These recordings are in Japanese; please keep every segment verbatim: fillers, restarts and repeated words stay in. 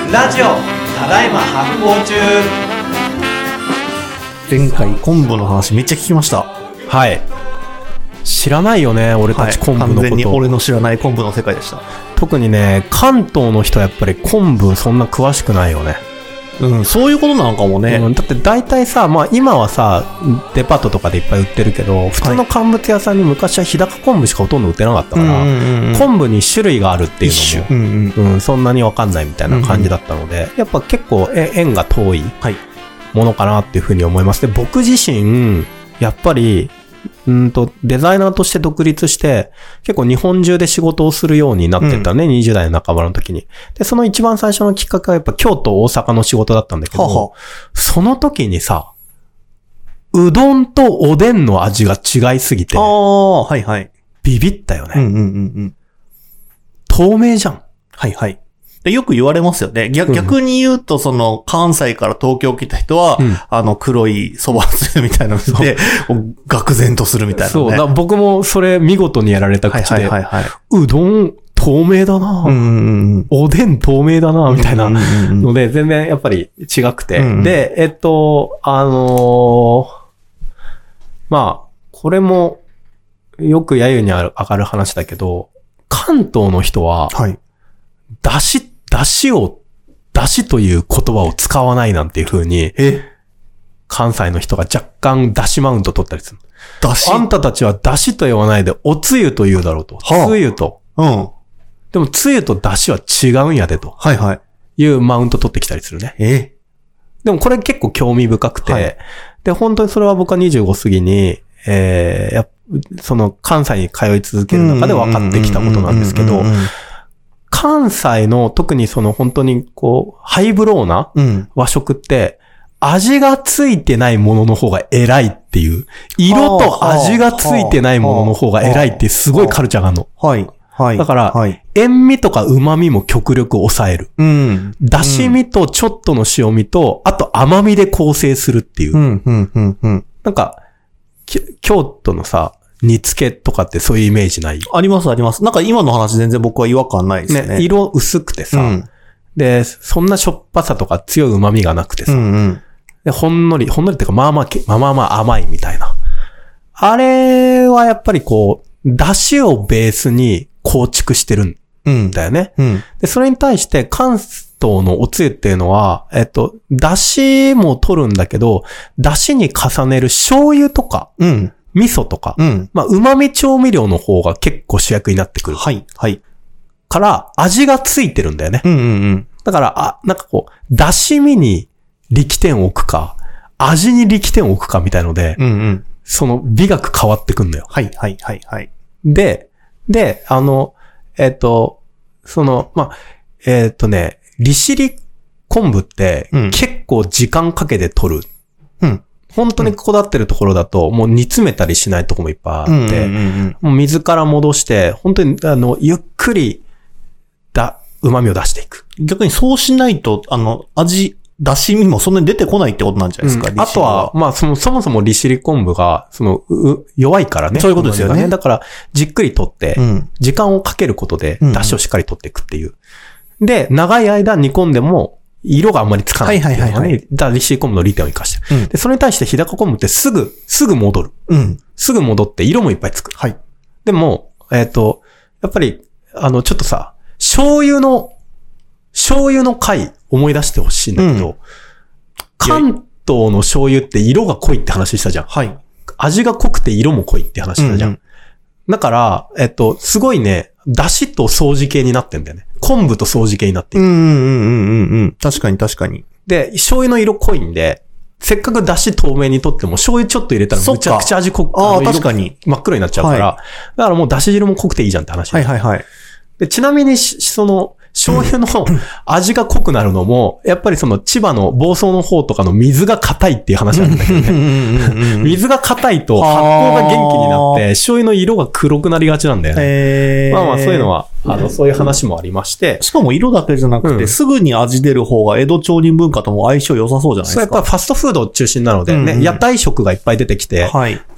ラジオただいま発行中。 前回昆布の話めっちゃ聞きました。 はい。知らないよね、俺たち昆布のこと、はい、完全に俺の知らない昆布の世界でした。 特にね、関東の人はやっぱり昆布そんな詳しくないよね。 うん、そういうことなのかもね。 うん、だって大体さ、まあ今はさ、デパートとかでいっぱい売ってるけど、普通の乾物屋さんに昔は日高昆布しかほとんど売ってなかったから、うんうんうん、昆布に種類があるっていうのも、うんうんうん、そんなにわかんないみたいな感じだったので、うんうん、やっぱ結構縁が遠いものかなっていうふうに思います。で、僕自身、やっぱり、うんとデザイナーとして独立して結構日本中で仕事をするようになってたね、うん、にじゅう代の半ばの時に。で、その一番最初のきっかけはやっぱ京都大阪の仕事だったんだけど、ははその時にさ、うどんとおでんの味が違いすぎて、ああ、はいはい。 ビビったよね。 うんうんうんうん。 透明じゃん。 はいはい。でよく言われますよね。逆、逆に言うと、その、関西から東京来た人は、うん、あの、黒い蕎麦つゆみたいなので、愕然とするみたいな、ね。 そうだ、僕もそれ見事にやられた口で、はいはいはいはい、うどん透明だな、うんうんうん、おでん透明だなみたいなので、全然やっぱり違くて。うんうん、で、えっと、あのー、まあ、これも、よく揶揄に上がる話だけど、関東の人は、はい、だし、だしを、だしという言葉を使わないなんていう風に、え関西の人が若干だしマウント取ったりする。だしあんたたちはだしと言わないでおつゆと言うだろうと。はあ、つゆと。うん。でもつゆとだしは違うんやでと。はいはい。いうマウント取ってきたりするね。えでもこれ結構興味深くて、はい、で、本当にそれは僕はにじゅうご過ぎに、えー、やその関西に通い続ける中で分かってきたことなんですけど、関西の特にその本当にこう、ハイブローな和食って、味がついてないものの方が偉いっていう、色と味がついてないものの方が偉いってすごいカルチャーがあるの。はい。はい。だから、はい、塩味とか旨味も極力抑える。うん。だし味とちょっとの塩味と、あと甘みで構成するっていう。うん、うん、うん、うん。なんか、京都のさ、煮付けとかってそういうイメージない？ ありますあります。なんか今の話全然僕は違和感ないですね。ね、 色薄くてさ、うん、で、そんなしょっぱさとか強い旨味がなくてさ、うんうん、でほんのり、ほんのりっていうかまあまあ、まあまあまあ甘いみたいな。あれはやっぱりこう、出汁をベースに構築してるんだよね。うんうん、で、それに対して関東のおつゆっていうのは、えっと、出汁も取るんだけど、出汁に重ねる醤油とか、うん味噌とか、うん、まあ、旨味調味料の方が結構主役になってくる。はい、はい。から、味がついてるんだよね。うんうんうん。だから、あ、なんかこう、出し身に力点を置くか、味に力点を置くかみたいので、うんうん、その美学変わってくんだよ。はい、はい、はい、はい。で、で、あの、えっと、その、まあ、えっとね、利尻昆布って、結構時間かけて取る。うん。本当にこだわってるところだと、もう煮詰めたりしないところもいっぱいあって、うんうんうん、もう水から戻して、本当に、あの、ゆっくり、だ、旨味を出していく。 逆にそうしないと、あの、味、出し身もそんなに出てこないってことなんじゃないですか、 うん、あとは、まあ、その、そもそも利尻昆布が、その、う、弱いからね。 そういうことですよね。 だから、じっくり取って、うん、時間をかけることで、出汁をしっかり取っていくっていう。うん、で、長い間煮込んでも、色があんまりつかないっていうのがね。はいはいはい、はい。だから利尻昆布の利点を生かしてる、うん。で、それに対して日高昆布ってすぐ、すぐ戻る。うん。すぐ戻って色もいっぱいつく。はい。でも、えっと、やっぱり、あの、ちょっとさ、醤油の、醤油の回思い出してほしいんだけど、うん、関東の醤油って色が濃いって話したじゃん。はい。味が濃くて色も濃いって話したじゃん。うんうん、だから、えっと、すごいね、出汁と掃除系になってんだよね。昆布と掃除系になっている。うんうんうんうんうん。確かに確かに。 で、醤油の色濃いんで、せっかく出汁透明にとっても醤油ちょっと入れたらむちゃくちゃ味濃く、 ああ、確かに。 真っ黒になっちゃうから、はい、だからもう出汁汁も濃くていいじゃんって話。 はいはいはい。 で、ちなみにその、醤油の味が濃くなるのも、やっぱりその千葉の房総の方とかの水が硬いっていう話なんだけどね。水が硬いと発酵が元気になって、醤油の色が黒くなりがちなんだよね。まあまあそういうのは、あの、そういう話もありまして。 しかも色だけじゃなくて、うん、すぐに味出る方が江戸町人文化とも相性良さそうじゃないですか。 そうやっぱファストフード中心なのでね、うんうん、屋台食がいっぱい出てきて、はい、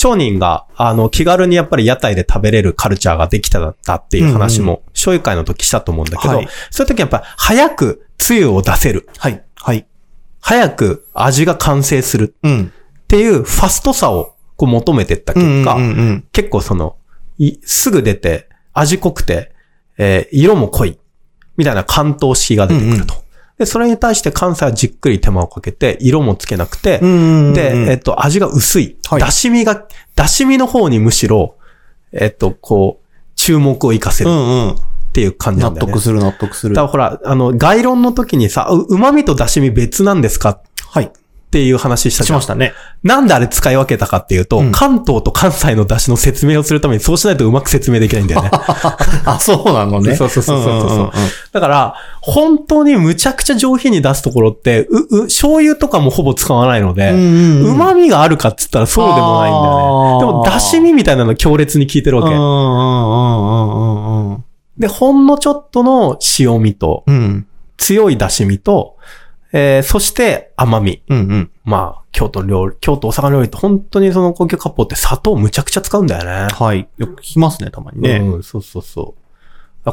町人が、あの、気軽にやっぱり屋台で食べれるカルチャーができたっていう話も、醤油会の時したと思うんだけど、はい、そういう時やっぱ早くつゆを出せる。 はい。はい。 早く味が完成する。 うん。 っていうファストさをこう求めてった結果、 うんうんうんうん、 結構その、すぐ出て、味濃くて、えー、色も濃い。みたいな関東式が出てくると。うんうん、で、それに対して関西はじっくり手間をかけて、色もつけなくて、 うんうんうん、 で、えっと、味が薄い。 はい、 だし味が、だし味の方にむしろ、えっと、こう、注目を活かせる。っていう感じなんだよね。 納得する納得する。 だからほら、あの、概論の時にさ、う、旨味とだし味別なんですか？ はい。 っていう話したじゃん。 しましたね。 なんであれ使い分けたかっていうと、うん、関東と関西の出汁の説明をするためにそうしないとうまく説明できないんだよね。 あ、そうなのね。 そうそうそうそうそう、うんうんうん。だから、本当にむちゃくちゃ上品に出すところって、う、う、醤油とかもほぼ使わないので、うまみがあるかっつったらそうでもないんだよね。でも、出汁味みたいなの強烈に効いてるわけ。 うんうんうんうん、 で、ほんのちょっとの塩味と、 うん、 強い出汁味と、えー、そして甘み。 うんうん。 まあ、京都料理、京都お魚料理って本当にその高級割烹って砂糖むちゃくちゃ使うんだよね。 はい。よく聞きますね、たまにね。 うん、そうそうそう。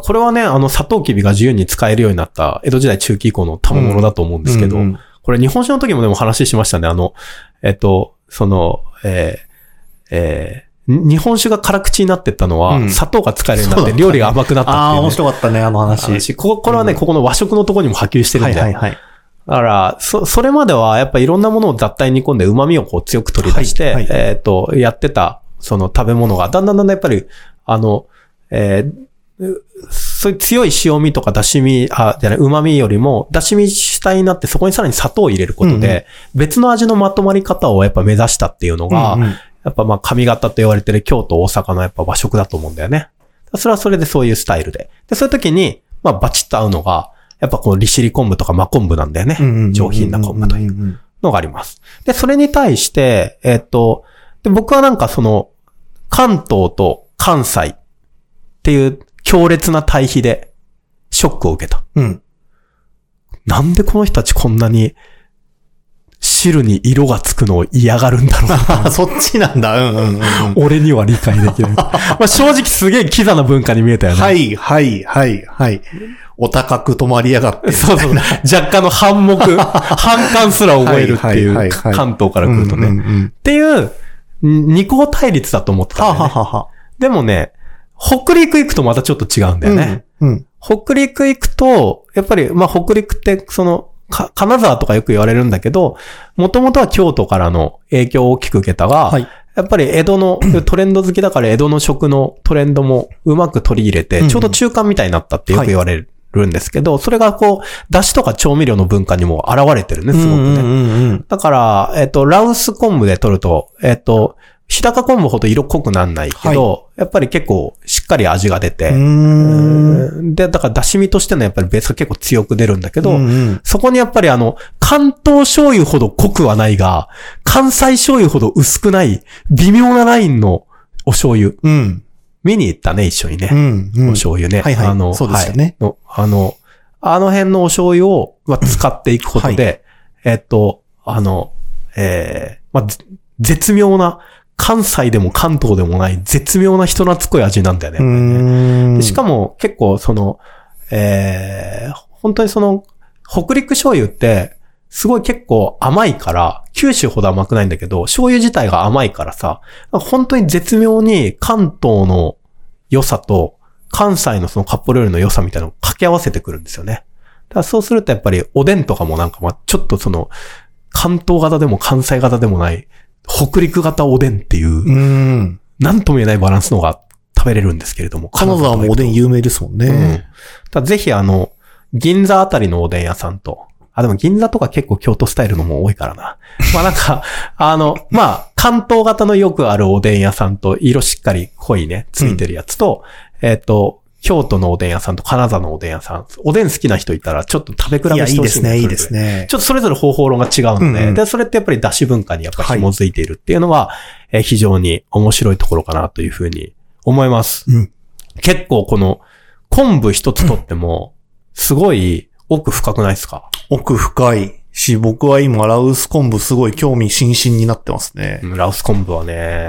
これはね、あの、砂糖きびが自由に使えるようになった江戸時代中期以降の賜物だと思うんですけど、うんうんうん、これ日本酒の時もでも話しましたね。あの、えっと、その、えー、えー、日本酒が辛口になってったのは、うん、砂糖が使えるようになって料理が甘くなったっていう、ね。 ああ、面白かったね、あの話。 話ここれはね、うん、ここの和食のところにも波及してるんだよ。 はいはいはい。 だから、そ、それまではやっぱいろんなものを雑多に煮込んで旨味をこう強く取り出して、はいはい、えっと、やってた、その食べ物が、だんだんだんだんやっぱり、あの、えー、そういう強い塩味とか出し味、あ、じゃない、旨味よりも、出し味主体になってそこにさらに砂糖を入れることで、うんうん、別の味のまとまり方をやっぱ目指したっていうのが、うんうん、やっぱまあ上方と言われてる京都、大阪のやっぱ和食だと思うんだよね。それはそれでそういうスタイルで。で、そういう時に、まあバチッと合うのが、やっぱこの利尻昆布とか真昆布なんだよね。上品な昆布というのがあります。で、それに対して、えっと、で僕はなんかその、関東と関西っていう強烈な対比でショックを受けた。 うん。 なんでこの人たちこんなに汁に色がつくのを嫌がるんだろうな。 そっちなんだ。うんうんうん。 俺には理解できない。まあ正直すげえキザな文化に見えたよね。 はいはいはいはい。お高く止まりやがって。 そうそう。若干の反目、反感すら覚えるっていう、関東から来るとね。っていう、二項対立だと思ってたんだよね。はははでもね、北陸行くとまたちょっと違うんだよね。 うんうん、 北陸行くと、やっぱり、まあ北陸って、その、か、金沢とかよく言われるんだけど、もともとは京都からの影響を大きく受けたが、はい、やっぱり江戸のトレンド好きだから江戸の食のトレンドもうまく取り入れて、ちょうど中間みたいになったってよく言われる。るんですけど、それがこう、出汁とか調味料の文化にも現れてるね、すごくね。 うんうんうん、 だから、えっと、羅臼昆布で取ると、えっと、日高昆布ほど色濃くなんないけど、はい、やっぱり結構しっかり味が出て、 うんで、だから出汁味としてのやっぱりベースが結構強く出るんだけど、 うんうん、 そこにやっぱりあの、関東醤油ほど濃くはないが、関西醤油ほど薄くない、微妙なラインのお醤油。 うん見に行ったね、一緒にね。 うんうん、 お醤油ね。 はいはい。 あの、 そうですよね。 はい、あの、あの辺のお醤油を、まあ、使っていくことで、はい、えっと、あの、えー、まあ、絶妙な、関西でも関東でもない絶妙な人懐っこい味なんだよね。 うんでしかも結構その、えー、本当にその、北陸醤油って、すごい結構甘いから、九州ほど甘くないんだけど、醤油自体が甘いからさ、本当に絶妙に関東の良さと関西のその割烹料理の良さみたいなのを掛け合わせてくるんですよね。だからそうするとやっぱりおでんとかもなんかまあちょっとその関東型でも関西型でもない北陸型おでんっていう、 うん、 なんとも言えないバランスのが食べれるんですけれども。 金沢もおでん有名ですもんね。うん、 だぜひあの、銀座あたりのおでん屋さんと、あ、でも銀座とか結構京都スタイルのも多いからな。まあなんか、あの、まあ、関東型のよくあるおでん屋さんと、色しっかり濃いね、ついてるやつと、うん、えっと、京都のおでん屋さんと金沢のおでん屋さん。おでん好きな人いたら、ちょっと食べ比べしてほしいんですね。 いいですね、いいですね。 ちょっとそれぞれ方法論が違うので、うんうん、で、それってやっぱり出汁文化にやっぱ紐づいているっていうのは、はい、え非常に面白いところかなというふうに思います。 うん、 結構この、昆布一つとっても、すごい奥深くないですか？ 奥深いし、僕は今、ラウス昆布すごい興味津々になってますね。 ラウス昆布はね、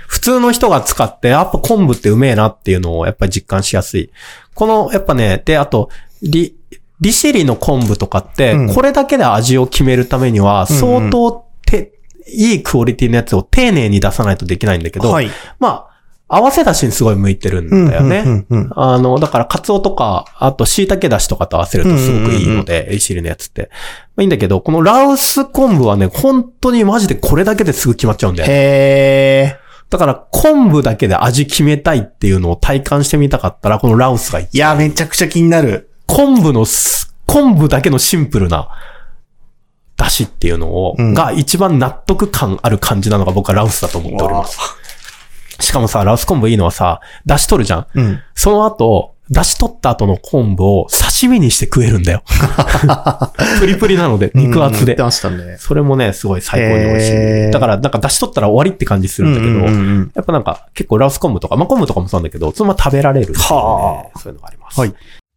普通の人が使って、やっぱ昆布ってうめえなっていうのをやっぱり実感しやすい。この、やっぱね、で、あと、リ、利尻の昆布とかって、これだけで味を決めるためには、相当て、うん、いいクオリティのやつを丁寧に出さないとできないんだけど、はい、まあ、合わせ出しにすごい向いてるんだよね。うんうんうんうん、あの、だから、カツオとか、あと、椎茸出しとかと合わせるとすごくいいので、利尻のやつって。まあ、いいんだけど、このラウス昆布はね、本当にマジでこれだけですぐ決まっちゃうんだよ。 へー。 だから、昆布だけで味決めたいっていうのを体感してみたかったら、このラウスがいい。 いや、めちゃくちゃ気になる。 昆布の、昆布だけのシンプルな出汁っていうのを、うん、が一番納得感ある感じなのが僕はラウスだと思っております。しかもさ、ラウス昆布いいのはさ、出汁取るじゃん。うん、その後、出汁取った後の昆布を刺身にして食えるんだよ。プリプリなので、肉厚で。 うん、ましたね。 それもね、すごい最高に美味しい。だから、なんか出汁取ったら終わりって感じするんだけど、うんうんうん、やっぱなんか結構ラウス昆布とか、まあ、昆布とかもそうなんだけど、そのまま食べられる、ね。はあ。そういうのがあります。はい。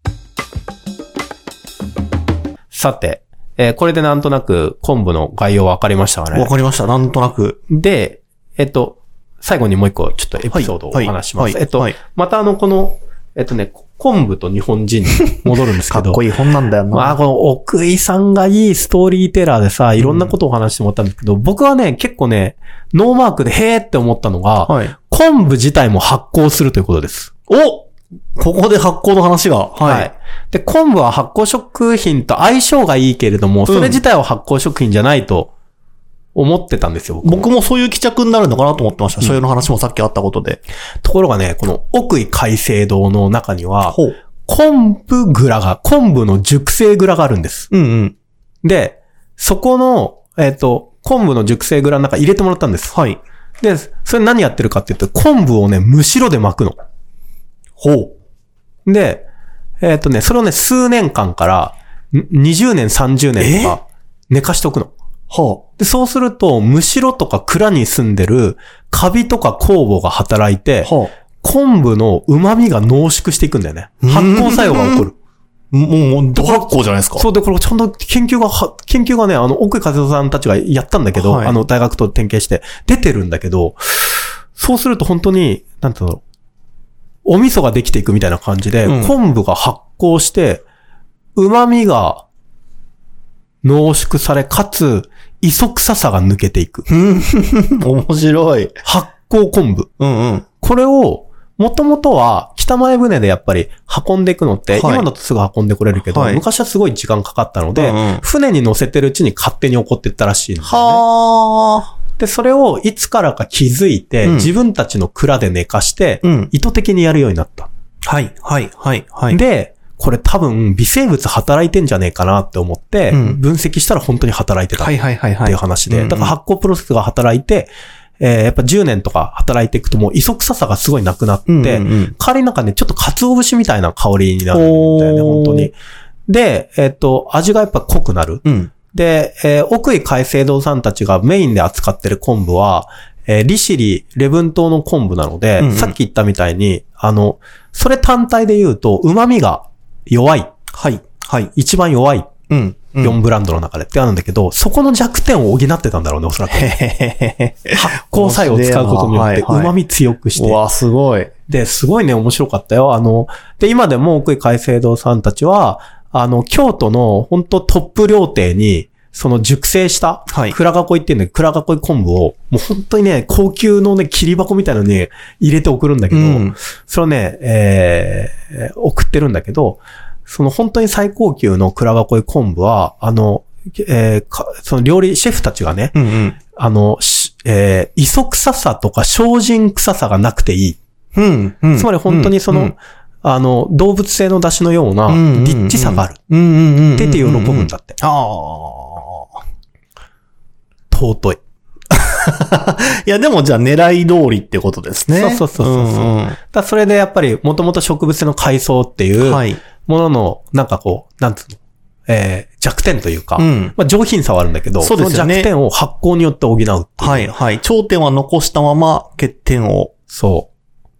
さて、えー、これでなんとなく昆布の概要わかりましたかね。 わかりました。なんとなく。 で、えっと、最後にもう一個ちょっとエピソードをお話します。はいはい、えっと、はい、またあの、この、えっとね、昆布と日本人に戻るんですけど。 かっこいい本なんだよな。 まあ、この奥井さんがいいストーリーテラーでさ、いろんなことを話してもらったんですけど、うん、僕はね、結構ね、ノーマークでへーって思ったのが、はい、昆布自体も発酵するということです。 おここで発酵の話が。はい。はい。 で、昆布は発酵食品と相性がいいけれども、それ自体は発酵食品じゃないと思ってたんですよ。 僕も、僕もそういう帰着になるのかなと思ってました。うん、そういうの話もさっきあったことで。 ところがね、この奥井海生堂の中には、昆布蔵が、昆布の熟成蔵があるんです。うんうん。で、そこの、えっと、昆布の熟成蔵の中入れてもらったんです。はい。で、それ何やってるかっていうと、昆布をね、むしろで巻くの。ほう。で、えっとね、それをね、数年間から、にじゅうねん、さんじゅうねんとか、寝かしとくの。はあ、で、そうすると、むしろとか蔵に住んでる、カビとか酵母が働いて、はあ、昆布の旨味が濃縮していくんだよね。発酵作用が起こる。 もう、もう、ド発酵じゃないですか。 そうで、これちゃんと研究が、研究がね、あの、奥井和夫さんたちがやったんだけど、はい、あの、大学と提携して、出てるんだけど、そうすると本当に、なんていうの、お味噌ができていくみたいな感じで、うん、昆布が発酵して、旨味が濃縮され、かつ、磯臭さが抜けていく。 面白い。 発酵昆布。うんうん。これを、もともとは、北前船でやっぱり運んでいくのって、はい、今だとすぐ運んでこれるけど、はい、昔はすごい時間かかったので、うんうん、船に乗せてるうちに勝手に起こっていったらしいんだよね。はー。で、それをいつからか気づいて、うん、自分たちの蔵で寝かして、うん、意図的にやるようになった。 はい、はい、はい、はい。 で、これ多分微生物働いてんじゃねえかなって思って、うん、分析したら本当に働いてたっていう話で、だから発酵プロセスが働いて、えー、やっぱじゅうねんとか働いていくともう磯臭さがすごいなくなって、うんうんうん、代わりなんかね、ちょっと鰹節みたいな香りになるんだよね、本当に。で、えっと、味がやっぱ濃くなる。うんで、えー、奥井海生堂さんたちがメインで扱ってる昆布は、えー、利尻、礼文島の昆布なので、うんうん、さっき言ったみたいに、あの、それ単体で言うと、旨味が弱い。 はい。はい。 一番弱い。うん。うん、よんブランドの中でってあるんだけど、そこの弱点を補ってたんだろうね、おそらく。発酵作用を使うことによって、旨味強くして。 うわ、すごい。 で、すごいね、面白かったよ。あの、で、今でも奥井海生堂さんたちは、あの、京都の本当トップ料亭に、その熟成した、蔵囲いっていうんだけど、蔵囲い昆布を、もう本当にね、高級のね、切り箱みたいなのに入れて送るんだけど、うん、それをね、えー、送ってるんだけど、その本当に最高級の蔵囲い昆布は、あの、えー、かその料理、シェフたちがね、うんうん、あの、えー、磯臭さとか精進臭さがなくていい。うんうん、つまり本当にその、うんうんあの、動物性の出汁のような、リッチさがある。って言って喜ぶんだって。ああ。尊い。 いや、でもじゃあ狙い通りってことですね。 そうそうそうそう。うんうん、だそれでやっぱり、もともと植物性の海藻っていうものの、なんかこう、なんつうの、えー、弱点というか、うん、まあ上品さはあるんだけど、そうですよね、その弱点を発酵によって補うっていう。 はいはい。頂点は残したまま欠点を、そう。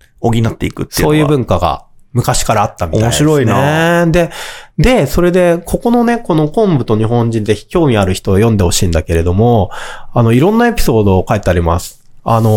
補っていくっていう。 そういう文化が、昔からあったみたいですね。 面白いな。 で、で、それで、ここのね、この昆布と日本人ぜひ興味ある人を読んでほしいんだけれども、あの、いろんなエピソードを書いてあります。あの、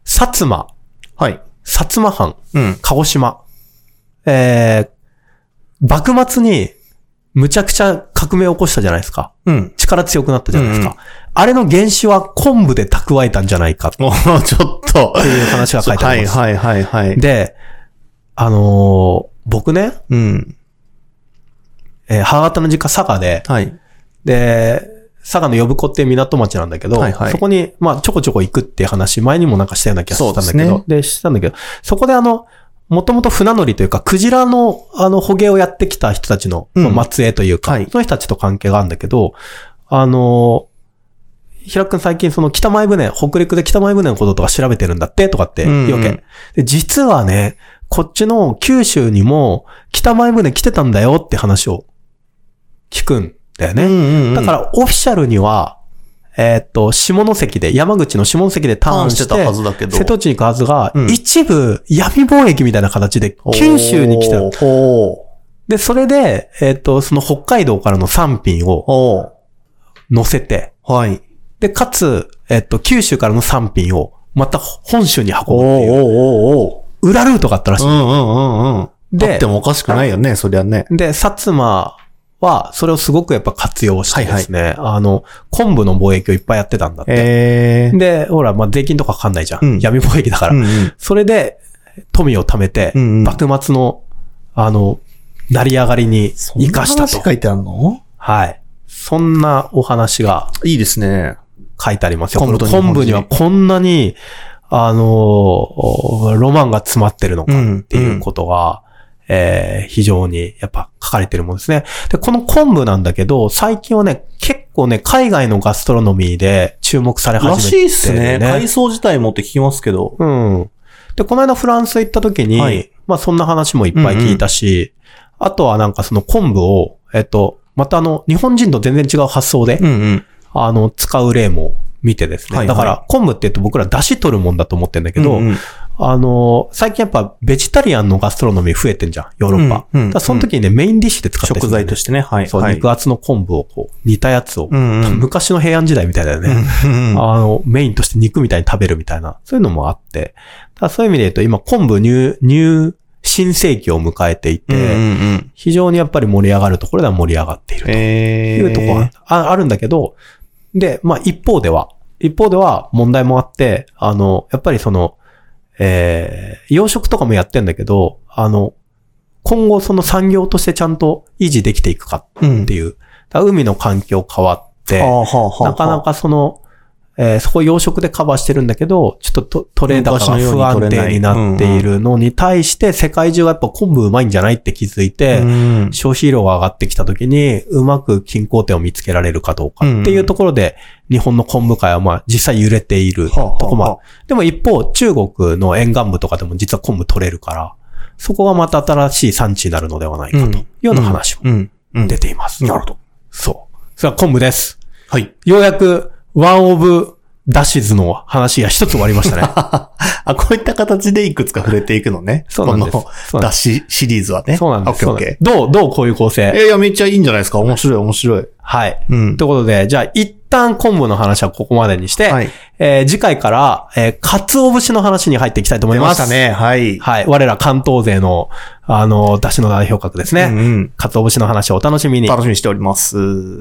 薩摩。 はい。 薩摩藩。 うん。 鹿児島。えー、幕末に、むちゃくちゃ革命を起こしたじゃないですか。 うん。 力強くなったじゃないですか。 うんうん、 あれの原資は昆布で蓄えたんじゃないか。 もうちょっと。 っていう話が書いてあります。 はいはいはいはい。 で、あのー、僕ね、 うん。 えー、母方の実家佐賀で、 はい。 で、佐賀の呼子っていう港町なんだけど、はいはい、そこに、まあ、ちょこちょこ行くっていう話、前にもなんかしたような気がしたんだけど、で、ね、で、したんだけど、そこであの、もともと船乗りというか、クジラの、あの、捕鯨をやってきた人たちの、うんまあ、末裔というか、はい、その人たちと関係があるんだけど、あの、平くん最近その北前船、北陸で北前船のこととか調べてるんだってとかって言うわけ、うんうん。で、実はね、こっちの九州にも北前船来てたんだよって話を聞くんだよね。うんうんうん、だからオフィシャルには、えー、っと、下関で、山口の下関でターンして、 してたはずだけど瀬戸内に行くはずが、うん、一部闇貿易みたいな形で九州に来てた。で、それで、えー、っと、その北海道からの産品を乗せて、 はい。 で、かつ、えー、っと、九州からの産品をまた本州に運ぶっていう。 おーおーおー裏ルートがあったらしい。 うんうんうんうん。で、あってもおかしくないよね、そりゃね。 で、薩摩は、それをすごくやっぱ活用してですね、はいはい、あの、昆布の貿易をいっぱいやってたんだって。 えー、 で、ほら、まあ、税金とかかかんないじゃん。うん、闇貿易だから、 うんうん。 それで、富を貯めて、うんうん、幕末の、あの、成り上がりに生かしたと。 そんな話書いてあるの？ はい。そんなお話が。 いいですね。 書いてありますよ。昆布昆布にはこんなに、あの、ロマンが詰まってるのかっていうことが、うんうん、えー、非常にやっぱ書かれてるもんですね。で、この昆布なんだけど、最近はね、結構ね、海外のガストロノミーで注目され始めて、ね。らしいっすね。 海藻自体もって聞きますけど。 うん。で、この間フランス行った時に、はい、まあそんな話もいっぱい聞いたし、うんうん、あとはなんかその昆布を、えっと、またあの、日本人と全然違う発想で、 うんうん、 あの、使う例も、見てですね。はいはい、だから、昆布って言うと僕ら出汁取るもんだと思ってるんだけど、うんうん、あの、最近やっぱベジタリアンのガストロノミー増えてんじゃん、ヨーロッパ。うんうん、だその時にね、メインディッシュで使ってる、 ね、食材としてね。はい。 そう、はい、肉厚の昆布をこう、煮たやつを、 うんうん、 昔の平安時代みたいだよね、うんうん。あの、メインとして肉みたいに食べるみたいな、そういうのもあって。だそういう意味で言うと、今、昆布入、入、新世紀を迎えていて、 うんうんうん、 非常にやっぱり盛り上がるところでは盛り上がっているというところが あ, あるんだけど、で、まあ一方では、一方では問題もあって、あの、やっぱりその、えー、養殖とかもやってんだけど、あの、今後その産業としてちゃんと維持できていくかっていう。うん、だ海の環境変わって、 はあはあはあ、 なかなかその、えー、そこ養殖でカバーしてるんだけど、ちょっとト、トレーダーが不安定になっているのに対して、世界中がやっぱ昆布うまいんじゃないって気づいて、 うん、 消費量が上がってきた時に、うまく均衡点を見つけられるかどうかっていうところで、うん、日本の昆布界はまあ実際揺れているとこもある。でも一方、中国の沿岸部とかでも実は昆布取れるから、そこがまた新しい産地になるのではないかというような話も出ています。 うんうんうん、なるほど。 そう。それは昆布です。 はい。 ようやく、ワンオブダッシズの話が一つ終わりましたね。 あ、こういった形でいくつか触れていくのね。 そうなんです。 このダッシシリーズはね。 そうなんです。 オッケーオッケー。どう、どうこういう構成？ いやいや、めっちゃいいんじゃないですか。面白い面白い。 はい。 うん。 ということで、じゃあ一旦昆布の話はここまでにして、 はい、 えー、次回から、えー、鰹節の話に入っていきたいと思います。 出ましたね。はい。 はい。我ら関東勢の、あの、出汁の代表格ですね。 うんうん。 鰹節の話をお楽しみに。 楽しみにしております。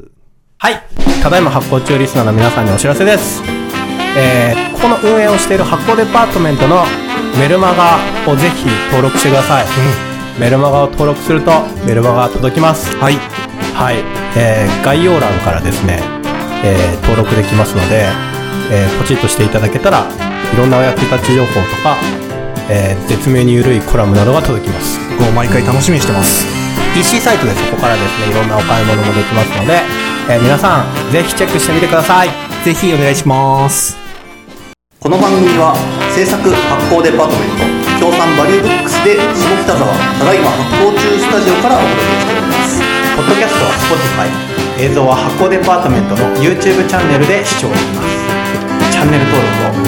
はい。ただいま発行中リスナーの皆さんにお知らせです。えー、ここの運営をしている発行デパートメントのメルマガをぜひ登録してください。 うん、 メルマガを登録するとメルマガが届きます。 はい。 はい。えー、概要欄からですね、えー、登録できますので、えー、ポチッとしていただけたらいろんなお役立ち情報とか、えー、絶妙に緩いコラムなどが届きます。 もう毎回楽しみにしてます。 ピーシー サイトでそこからですね、いろんなお買い物もできますので、えー、皆さんぜひチェックしてみてください。 ぜひお願いします。この番組は制作発行デパートメント協賛バリューブックスで下北沢ただいま発行中スタジオからお届けしております。 ポッドキャストは Spotify、 映像は発行デパートメントの YouTube チャンネルで視聴できます。チャンネル登録を